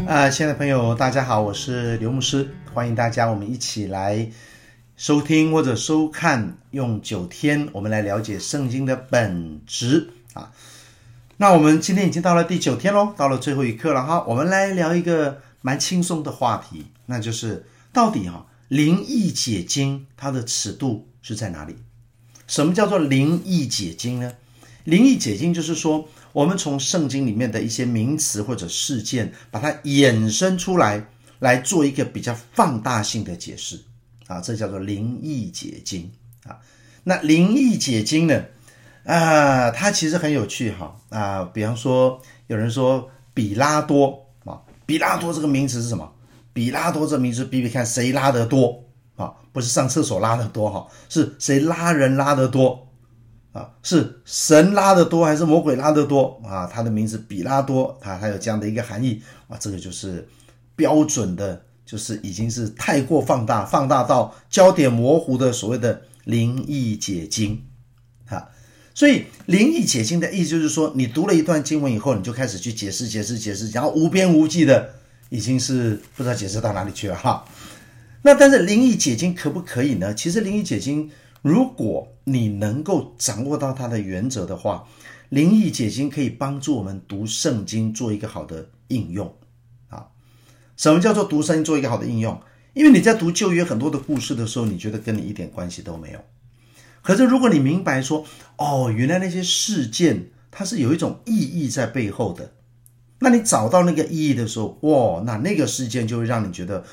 亲爱的朋友大家好，我是刘牧师，欢迎大家我们一起来收听或者收看，用9天我们来了解圣经的本质啊。那我们今天已经到了第9天咯，到了最后一课了哈。我们来聊一个蛮轻松的话题，那就是到底灵意解经它的尺度是在哪里？什么叫做灵意解经呢？灵意解经就是说，我们从圣经里面的一些名词或者事件，把它衍生出来，来做一个比较放大性的解释啊，这叫做灵意解经啊。那灵意解经呢，它其实很有趣比方说有人说比拉多啊，比拉多这个名词是什么？比拉多这个名词比比看谁拉得多啊，不是上厕所拉得多是谁拉人拉得多。是神拉得多还是魔鬼拉得多啊？他的名字比拉多，他有这样的一个含义这个就是标准的，就是已经是太过放大到焦点模糊的所谓的灵意解经所以灵意解经的意思就是说，你读了一段经文以后，你就开始去解释，然后无边无际的，已经是不知道解释到哪里去了那但是灵意解经可不可以呢？其实灵意解经，如果你能够掌握到它的原则的话，灵意解经可以帮助我们读圣经做一个好的应用什么叫做读圣经做一个好的应用？因为你在读旧约很多的故事的时候，你觉得跟你一点关系都没有。可是如果你明白说，原来那些事件它是有一种意义在背后的，那你找到那个意义的时候，那个事件就会让你觉得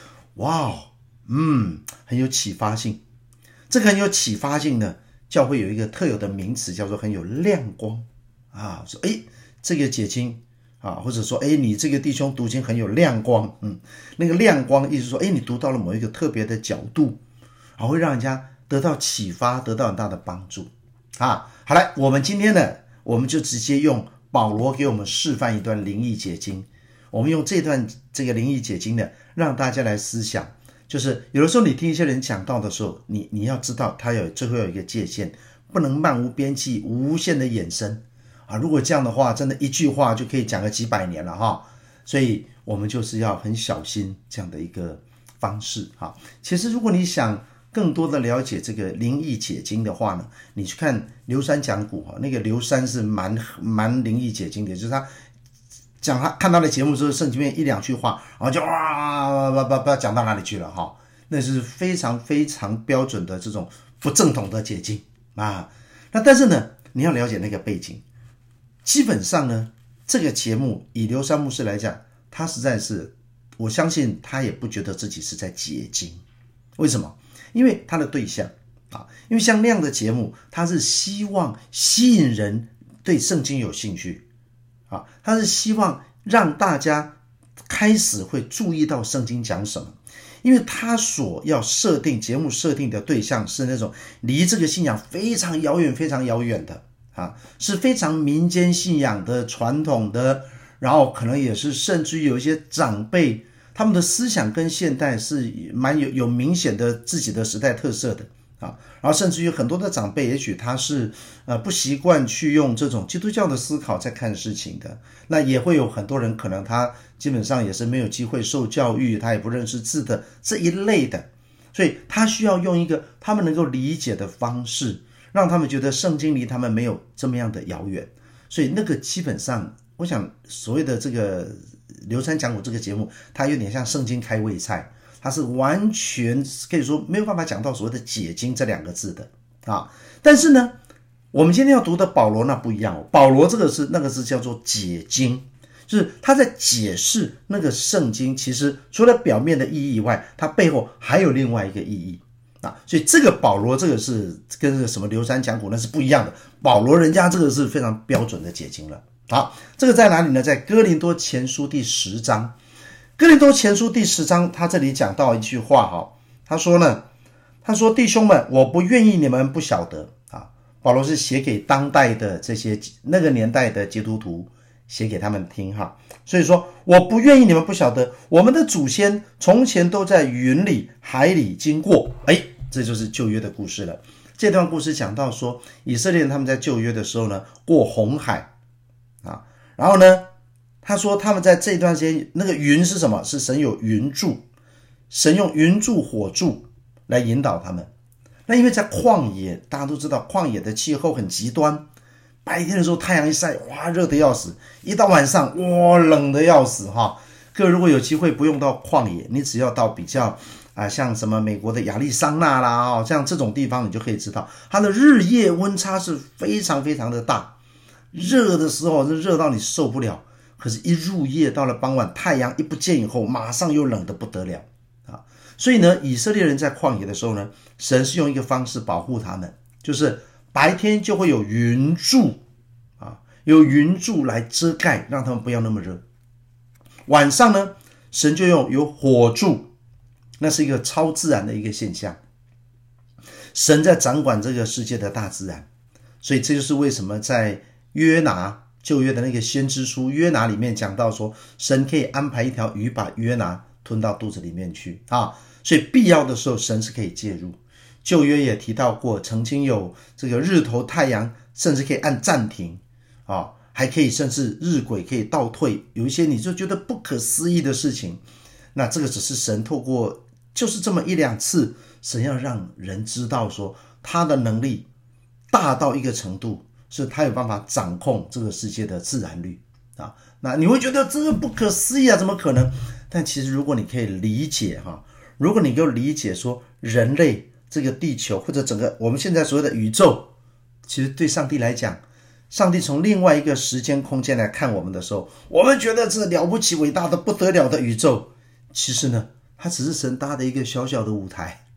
很有启发性。这个很有启发性呢，教会有一个特有的名词叫做很有亮光说这个解经或者说你这个弟兄读经很有亮光那个亮光意思说你读到了某一个特别的角度会让人家得到启发，得到很大的帮助好来，我们今天呢，我们就直接用保罗给我们示范一段灵意解经，我们用这段这个灵意解经呢，让大家来思想，就是有的时候你听一些人讲道的时候，你要知道他最后有一个界限，不能漫无边际无限的衍生如果这样的话，真的一句话就可以讲个几百年了所以我们就是要很小心这样的一个方式其实如果你想更多的了解这个灵意解经的话呢，你去看刘山讲古那个刘山是蛮灵意解经的，就是他讲他看他的节目之后，圣经里面1-2句话，然后就讲到哪里去了那是非常非常标准的这种不正统的解经那但是呢，你要了解那个背景。基本上呢，这个节目以刘山牧师来讲，他实在是，我相信他也不觉得自己是在解经。为什么？因为他的对象因为像那样的节目，他是希望吸引人对圣经有兴趣他是希望让大家开始会注意到圣经讲什么，因为他所要节目设定的对象是那种离这个信仰非常遥远的是非常民间信仰的传统的，然后可能也是甚至于有一些长辈，他们的思想跟现代是蛮有明显的自己的时代特色的然后甚至于很多的长辈也许他是不习惯去用这种基督教的思考在看事情的，那也会有很多人可能他基本上也是没有机会受教育，他也不认识字的这一类的，所以他需要用一个他们能够理解的方式，让他们觉得圣经离他们没有这么样的遥远。所以那个基本上我想所谓的这个刘山讲古这个节目，它有点像圣经开胃菜，它是完全可以说没有办法讲到所谓的解经这2个字的但是呢，我们今天要读的保罗那不一样保罗那个字叫做解经，就是他在解释那个圣经，其实除了表面的意义以外，它背后还有另外一个意义所以这个保罗这个是跟这个什么刘山讲古那是不一样的，保罗人家这个是非常标准的解经了这个在哪里呢？在哥林多前书第10章。哥林多前书第10章，他这里讲到一句话他说弟兄们，我不愿意你们不晓得保罗是写给当代的这些那个年代的基督徒，写给他们听所以说我不愿意你们不晓得，我们的祖先从前都在云里海里经过这就是旧约的故事了。这段故事讲到说，以色列人他们在旧约的时候呢，过红海然后呢他说他们在这段时间，那个云是什么？是神有云柱，神用云柱火柱来引导他们。那因为在旷野，大家都知道旷野的气候很极端，白天的时候太阳一晒，哇，热得要死；一到晚上，哇，冷得要死哈。各位如果有机会不用到旷野，你只要到比较像什么美国的亚利桑那啦，像这种地方，你就可以知道它的日夜温差是非常非常的大。热的时候热到你受不了，可是一入夜到了傍晚，太阳一不见以后，马上又冷得不得了啊！所以呢，以色列人在旷野的时候呢，神是用一个方式保护他们，就是白天就会有云柱啊，有云柱来遮盖，让他们不要那么热。晚上呢，神就有火柱，那是一个超自然的一个现象。神在掌管这个世界的大自然，所以这就是为什么在约拿旧约的那个先知书约拿里面讲到说，神可以安排一条鱼把约拿吞到肚子里面去啊，所以必要的时候神是可以介入。旧约也提到过，曾经有这个日头太阳甚至可以按暂停啊，还可以甚至日晷可以倒退，有一些你就觉得不可思议的事情。那这个只是神透过就是这么一两次，神要让人知道说他的能力大到一个程度，是他有办法掌控这个世界的自然律啊。那你会觉得这个不可思议啊，怎么可能？但其实如果你可以理解如果你能够理解说人类这个地球或者整个我们现在所谓的宇宙，其实对上帝来讲，上帝从另外一个时间空间来看我们的时候，我们觉得这了不起伟大的不得了的宇宙，其实呢它只是神搭的一个小小的舞台。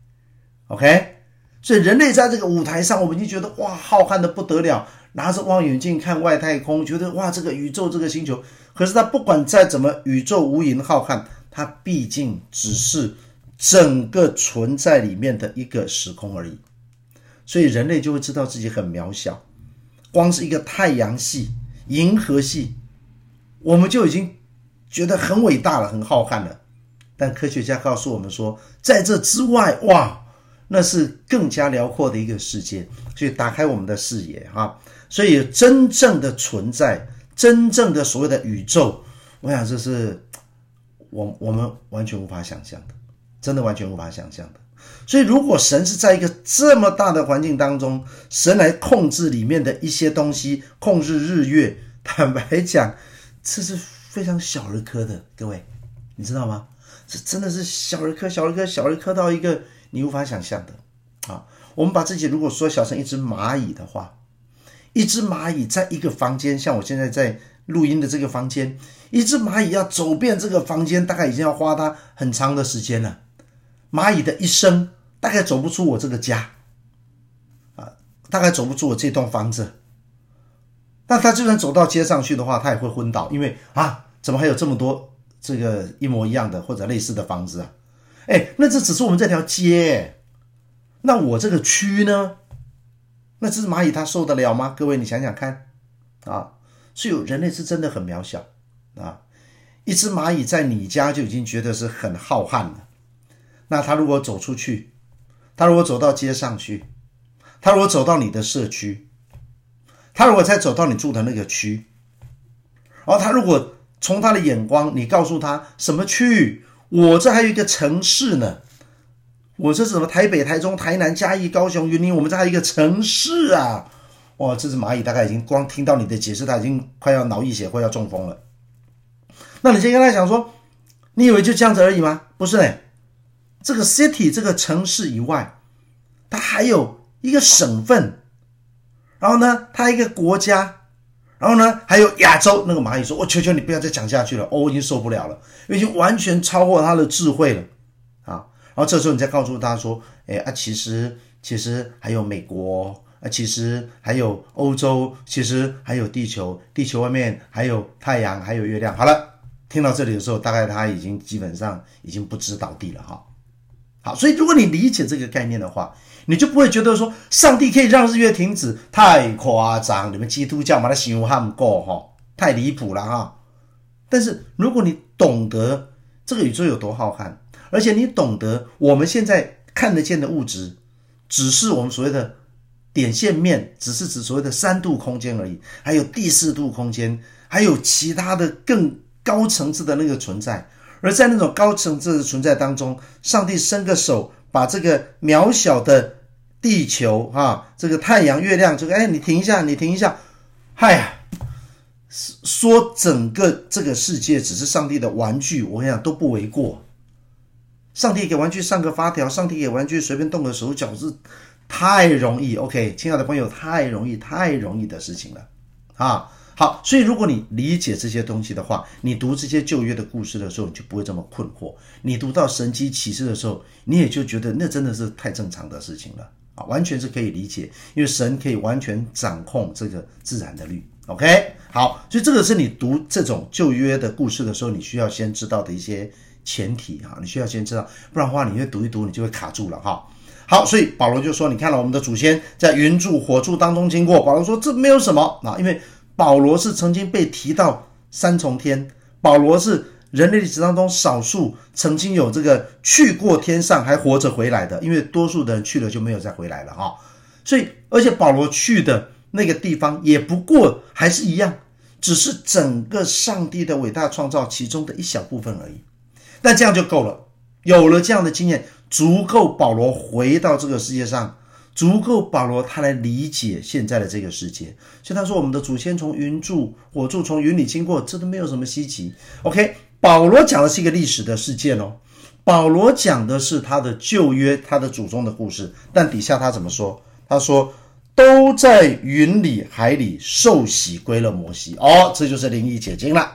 OK， 所以人类在这个舞台上，我们已经觉得哇浩瀚的不得了，拿着望远镜看外太空，觉得哇这个宇宙这个星球，可是它不管再怎么宇宙无垠浩瀚，它毕竟只是整个存在里面的一个时空而已。所以人类就会知道自己很渺小，光是一个太阳系银河系我们就已经觉得很伟大了，很浩瀚了。但科学家告诉我们说，在这之外，哇，那是更加辽阔的一个世界，所以打开我们的视野所以真正的存在，真正的所谓的宇宙，我想这是我们完全无法想象的，真的完全无法想象的。所以如果神是在一个这么大的环境当中，神来控制里面的一些东西，控制日月，坦白讲这是非常小儿科的，各位你知道吗？这真的是小儿科到一个你无法想象的我们把自己如果缩小成一只蚂蚁的话，一只蚂蚁在一个房间，像我现在在录音的这个房间，一只蚂蚁要走遍这个房间，大概已经要花它很长的时间了。蚂蚁的一生大概走不出我这个家大概走不出我这栋房子。那它就算走到街上去的话，它也会昏倒，因为怎么还有这么多这个一模一样的或者类似的房子那这只是我们这条街那我这个区呢？那这只蚂蚁它受得了吗？各位你想想看所以人类是真的很渺小一只蚂蚁在你家就已经觉得是很浩瀚了，那它如果走出去，它如果走到街上去，它如果走到你的社区，它如果再走到你住的那个区，然后它如果从他的眼光，你告诉他什么区？我这还有一个城市呢，我这是什么台北、台中、台南、嘉义、高雄、云林，我们这还有一个城市啊！哇，这只蚂蚁大概已经光听到你的解释，它已经快要脑溢血或要中风了。那你先跟他讲说，你以为就这样子而已吗？不是这个 city 这个城市以外，它还有一个省份，然后呢，它还有一个国家。然后呢，还有亚洲。那个蚂蚁说：“我求求你不要再讲下去了，我已经受不了了，已经完全超过他的智慧了然后这时候你再告诉他说：“其实还有美国其实还有欧洲，其实还有地球，地球外面还有太阳，还有月亮。”好了，听到这里的时候，大概他已经基本上已经不知倒地了好，所以如果你理解这个概念的话，你就不会觉得说上帝可以让日月停止，太夸张，你们基督教把它想很过太离谱了但是如果你懂得这个宇宙有多浩瀚，而且你懂得我们现在看得见的物质只是我们所谓的点线面，只是指所谓的3度空间而已，还有第4度空间，还有其他的更高层次的那个存在，而在那种高层次的存在当中，上帝伸个手把这个渺小的地球这个太阳月亮这个你停一下，你停一下，说整个这个世界只是上帝的玩具，我跟你讲都不为过。上帝给玩具上个发条，上帝给玩具随便动个手脚是太容易 OK， 亲爱的朋友，太容易的事情了好，所以如果你理解这些东西的话，你读这些旧约的故事的时候，你就不会这么困惑。你读到神迹启示的时候，你也就觉得那真的是太正常的事情了完全是可以理解，因为神可以完全掌控这个自然的律 OK。 好，所以这个是你读这种旧约的故事的时候，你需要先知道的一些前提你需要先知道，不然的话你会读一读你就会卡住了好，所以保罗就说，你看了我们的祖先在云柱火柱当中经过，保罗说这没有什么因为保罗是曾经被提到三重天，保罗是人类历史当中少数曾经有这个去过天上还活着回来的，因为多数的人去了就没有再回来了所以而且保罗去的那个地方也不过还是一样，只是整个上帝的伟大创造其中的一小部分而已，但这样就够了，有了这样的经验足够保罗回到这个世界上，足够保罗他来理解现在的这个世界。所以他说我们的祖先从云柱火柱从云里经过，这都没有什么稀奇 OK。 保罗讲的是一个历史的事件保罗讲的是他的旧约他的祖宗的故事，但底下他怎么说？他说都在云里海里受洗归了摩西这就是灵意解经了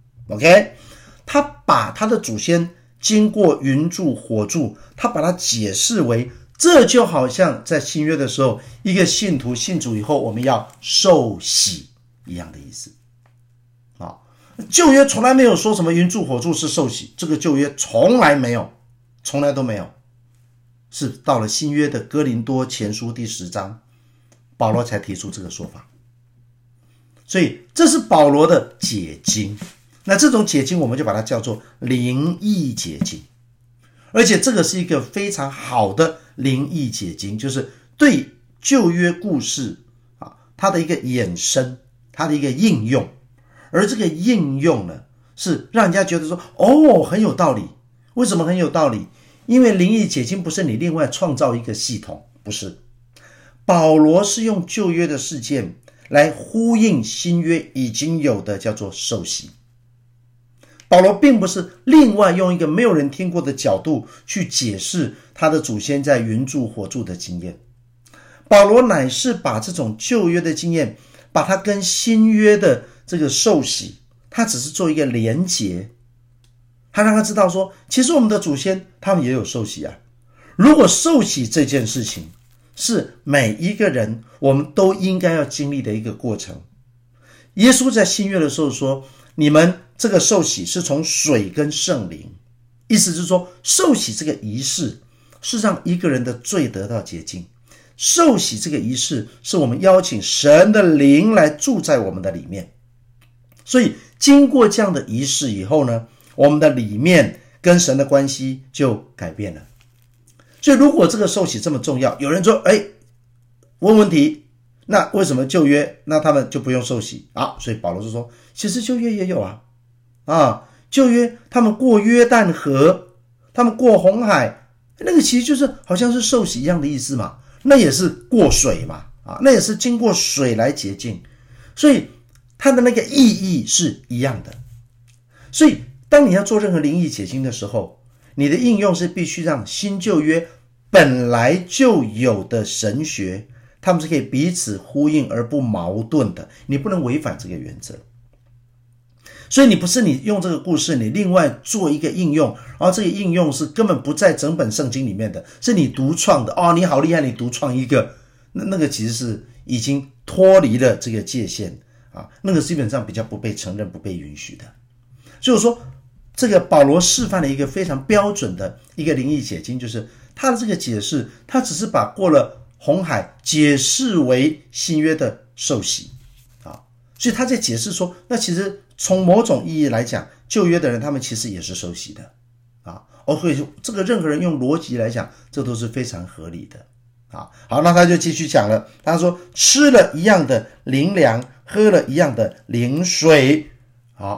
OK。 他把他的祖先经过云柱火柱，他把它解释为这就好像在新约的时候一个信徒信主以后我们要受洗一样的意思旧约从来没有说什么云柱火柱是受洗，这个旧约从来没有，从来都没有，是到了新约的哥林多前书第10章保罗才提出这个说法。所以这是保罗的解经，那这种解经我们就把它叫做灵意解经，而且这个是一个非常好的灵意解经，就是对旧约故事它的一个衍生，它的一个应用，而这个应用呢是让人家觉得说很有道理。为什么很有道理？因为灵意解经不是你另外创造一个系统，不是，保罗是用旧约的事件来呼应新约已经有的叫做受洗。保罗并不是另外用一个没有人听过的角度去解释他的祖先在云柱火柱的经验，保罗乃是把这种旧约的经验把它跟新约的这个受洗，他只是做一个连结，他让他知道说其实我们的祖先他们也有受洗如果受洗这件事情是每一个人我们都应该要经历的一个过程。耶稣在新约的时候说你们这个受洗是从水跟圣灵，意思是说受洗这个仪式是让一个人的罪得到洁净，受洗这个仪式是我们邀请神的灵来住在我们的里面。所以经过这样的仪式以后呢，我们的里面跟神的关系就改变了。所以如果这个受洗这么重要，有人说问问题，那为什么旧约那他们就不用受洗所以保罗就说其实旧约也有旧约他们过约旦河，他们过红海，那个其实就是好像是受洗一样的意思嘛，那也是过水嘛那也是经过水来洁净，所以它的那个意义是一样的。所以当你要做任何灵意解经的时候，你的应用是必须让新旧约本来就有的神学他们是可以彼此呼应而不矛盾的，你不能违反这个原则。所以你不是你用这个故事你另外做一个应用，然后这个应用是根本不在整本圣经里面的，是你独创的你好厉害，你独创一个，那个其实是已经脱离了这个界限那个基本上比较不被承认不被允许的。所以我说这个保罗示范了一个非常标准的一个灵意解经，就是他的这个解释他只是把过了红海解释为新约的受洗所以他在解释说那其实从某种意义来讲旧约的人他们其实也是受洗的所以这个任何人用逻辑来讲这都是非常合理的好，那他就继续讲了，他说吃了一样的灵粮，喝了一样的灵水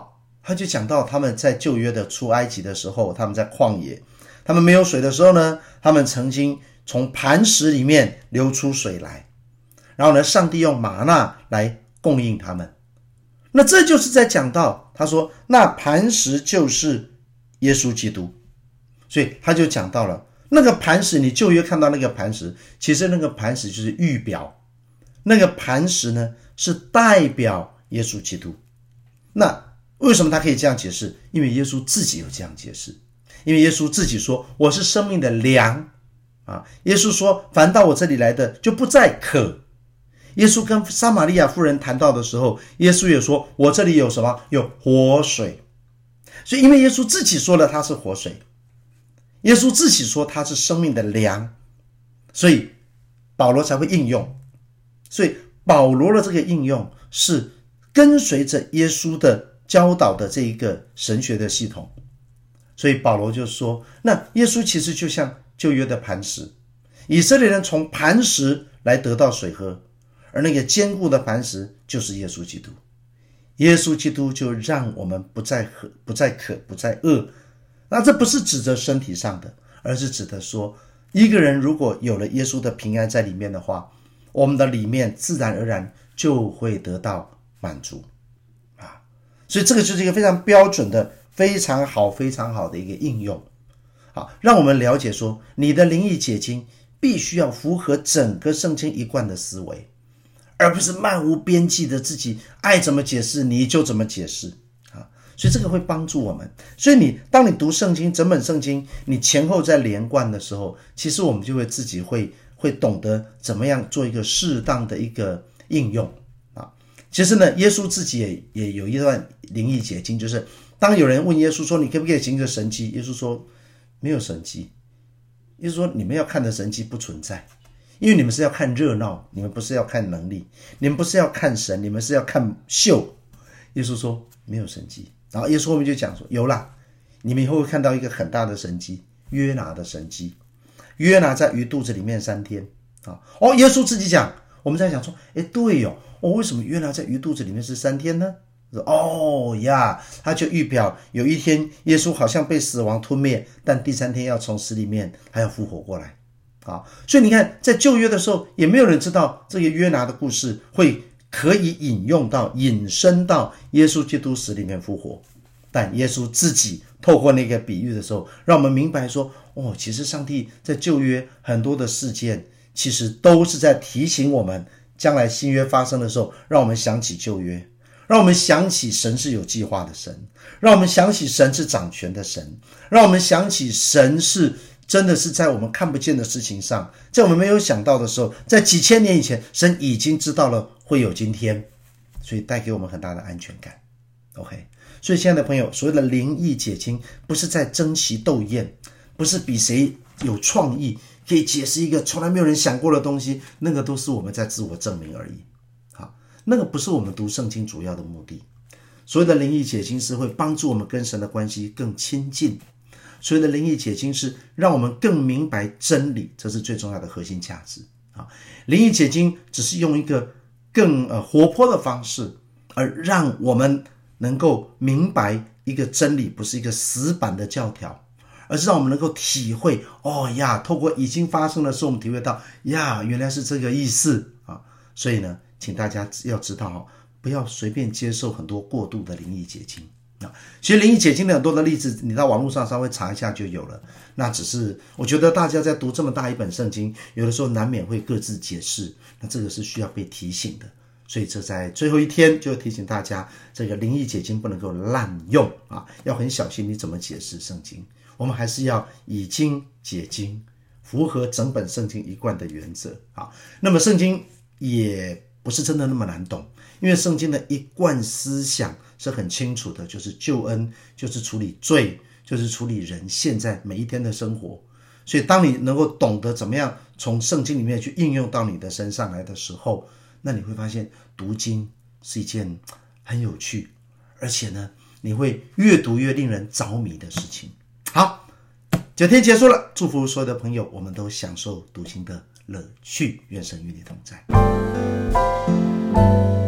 他就讲到他们在旧约的出埃及的时候，他们在旷野，他们没有水的时候呢，他们曾经从磐石里面流出水来，然后呢，上帝用玛纳来供应他们。那这就是在讲到，他说那磐石就是耶稣基督，所以他就讲到了那个磐石，你旧约看到那个磐石，其实那个磐石就是预表，那个磐石呢是代表耶稣基督。那为什么他可以这样解释？因为耶稣自己有这样解释，因为耶稣自己说我是生命的粮啊。耶稣说凡到我这里来的就不再渴。耶稣跟撒玛利亚妇人谈到的时候，耶稣也说我这里有什么？有活水。所以因为耶稣自己说了他是活水，耶稣自己说他是生命的粮，所以保罗才会应用。所以保罗的这个应用是跟随着耶稣的教导的这一个神学的系统。所以保罗就说，那耶稣其实就像旧约的磐石，以色列人从磐石来得到水喝，而那个坚固的磐石就是耶稣基督。耶稣基督就让我们不再渴，不再渴，不再饿。那这不是指着身体上的，而是指的说，一个人如果有了耶稣的平安在里面的话，我们的里面自然而然就会得到满足啊。所以这个就是一个非常标准的、非常好、非常好的一个应用。好，让我们了解说，你的灵意解经必须要符合整个圣经一贯的思维，而不是漫无边际的自己爱怎么解释你就怎么解释啊。所以这个会帮助我们。所以当你读圣经，整本圣经你前后在连贯的时候，其实我们就会自己会懂得怎么样做一个适当的一个应用啊。其实呢，耶稣自己也有一段灵意解经，就是当有人问耶稣说你可不可以行个神迹，耶稣说没有神迹。耶稣说你们要看的神迹不存在，因为你们是要看热闹，你们不是要看能力，你们不是要看神，你们是要看秀。耶稣说没有神迹。然后耶稣后面就讲说有啦，你们以后会看到一个很大的神迹，约拿的神迹。约拿在鱼肚子里面3天啊。耶稣自己讲，我们在想说对哦，为什么约拿在鱼肚子里面是3天呢？他就预表有一天耶稣好像被死亡吞灭，但第3天要从死里面还要复活过来啊。所以你看在旧约的时候也没有人知道这个约拿的故事会可以引申到耶稣基督死里面复活，但耶稣自己透过那个比喻的时候，让我们明白说其实上帝在旧约很多的事件其实都是在提醒我们，将来新约发生的时候，让我们想起旧约，让我们想起神是有计划的神，让我们想起神是掌权的神，让我们想起神是真的是在我们看不见的事情上，在我们没有想到的时候，在几千年以前神已经知道了会有今天，所以带给我们很大的安全感。 OK， 所以亲爱的朋友，所谓的灵意解经不是在争奇斗艳，不是比谁有创意可以解释一个从来没有人想过的东西，那个都是我们在自我证明而已。那个不是我们读圣经主要的目的。所谓的灵意解经是会帮助我们跟神的关系更亲近，所谓的灵意解经是让我们更明白真理，这是最重要的核心价值。灵意解经只是用一个更活泼的方式，而让我们能够明白一个真理不是一个死板的教条，而是让我们能够体会透过已经发生的事，我们体会到原来是这个意思啊。所以呢，请大家要知道不要随便接受很多过度的灵意解经。其实灵意解经的很多的例子，你到网络上稍微查一下就有了。那只是我觉得大家在读这么大一本圣经，有的时候难免会各自解释，那这个是需要被提醒的。所以这在最后一天就提醒大家，这个灵意解经不能够滥用要很小心你怎么解释圣经。我们还是要以经解经，符合整本圣经一贯的原则。那么圣经也不是真的那么难懂，因为圣经的一贯思想是很清楚的，就是救恩，就是处理罪，就是处理人现在每一天的生活。所以当你能够懂得怎么样从圣经里面去应用到你的身上来的时候，那你会发现读经是一件很有趣，而且呢你会越读越令人着迷的事情。好，9天结束了，祝福所有的朋友，我们都享受读经的乐趣，愿神与你同在。